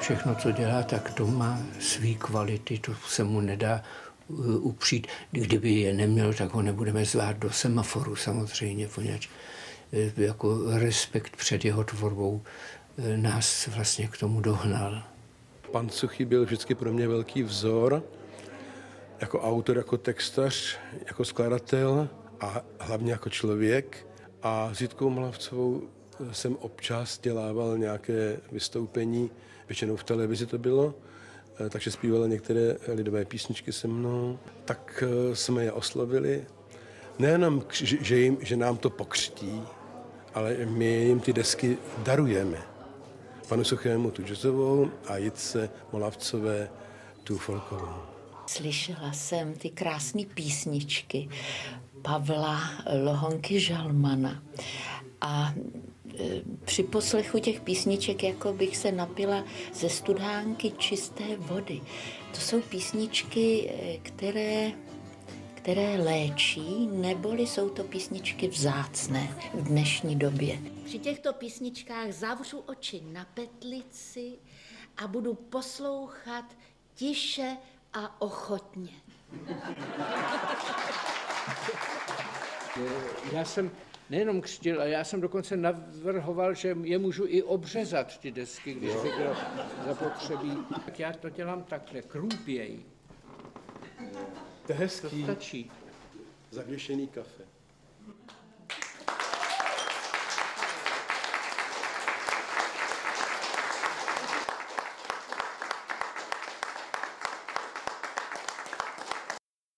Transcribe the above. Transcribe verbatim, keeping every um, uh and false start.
všechno, co dělá, tak to má svý kvality, to se mu nedá upřít. Kdyby je neměl, tak ho nebudeme zvát do Semaforu samozřejmě, poněvadž jako respekt před jeho tvorbou nás vlastně k tomu dohnal. Pan Suchý byl vždycky pro mě velký vzor, jako autor, jako textař, jako skladatel a hlavně jako člověk. A s Jitkou Molavcovou jsem občas dělával nějaké vystoupení, většinou v televizi to bylo, takže zpívala některé lidové písničky se mnou. Tak jsme je oslovili, nejenom, že, jim, že nám to pokřtí, ale my jim ty desky darujeme. Panu Suchému tu jazzovou a Jitce Molavcové tu folkovou. Slyšela jsem ty krásné písničky Pavla Lohonky Žalmana a při poslechu těch písniček jako bych se napila ze studánky čisté vody. To jsou písničky, které, které léčí, neboli jsou to písničky vzácné v dnešní době. Při těchto písničkách zavřu oči na petlici a budu poslouchat tiše a ochotně. Já jsem nejenom křtil, ale já jsem dokonce navrhoval, že je můžu i obřezat ty desky, když by bylo zapotřebí. Tak já to dělám takhle, krůpěj. To je hezký. To stačí. Zavěšený kafe.